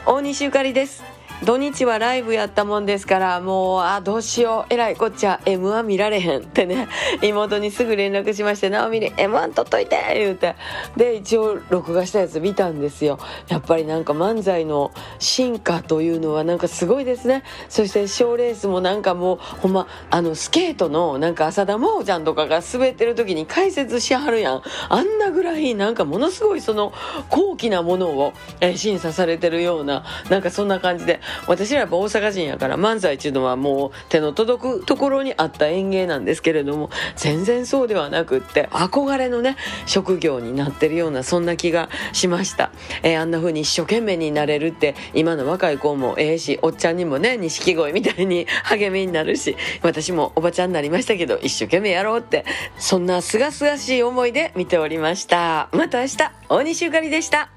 大西ゆかりです。土日はライブやったもんですから、もうどうしよう、えらいこっちゃ M1 見られへんってね、妹にすぐ連絡しまして、直美に M1 撮っといて言うて、で一応録画したやつ見たんですよ。やっぱりなんか漫才の進化というのはなんかすごいですね。そして賞レースもなんかもうほんまスケートのなんか浅田真央ちゃんとかが滑ってる時に解説しはるやん。あんなぐらいなんかものすごいその高貴なものを審査されてるような、なんかそんな感じで、私らやっぱ大阪人やから漫才っていうのはもう手の届くところにあった演芸なんですけれども、全然そうではなくって憧れのね職業になってるような、そんな気がしました。あんな風に一生懸命になれるって今の若い子もし、おっちゃんにもね錦鯉みたいに励みになるし、私もおばちゃんになりましたけど一生懸命やろうって、そんなすがすがしい思いで見ておりました。また明日。大西ゆかりでした。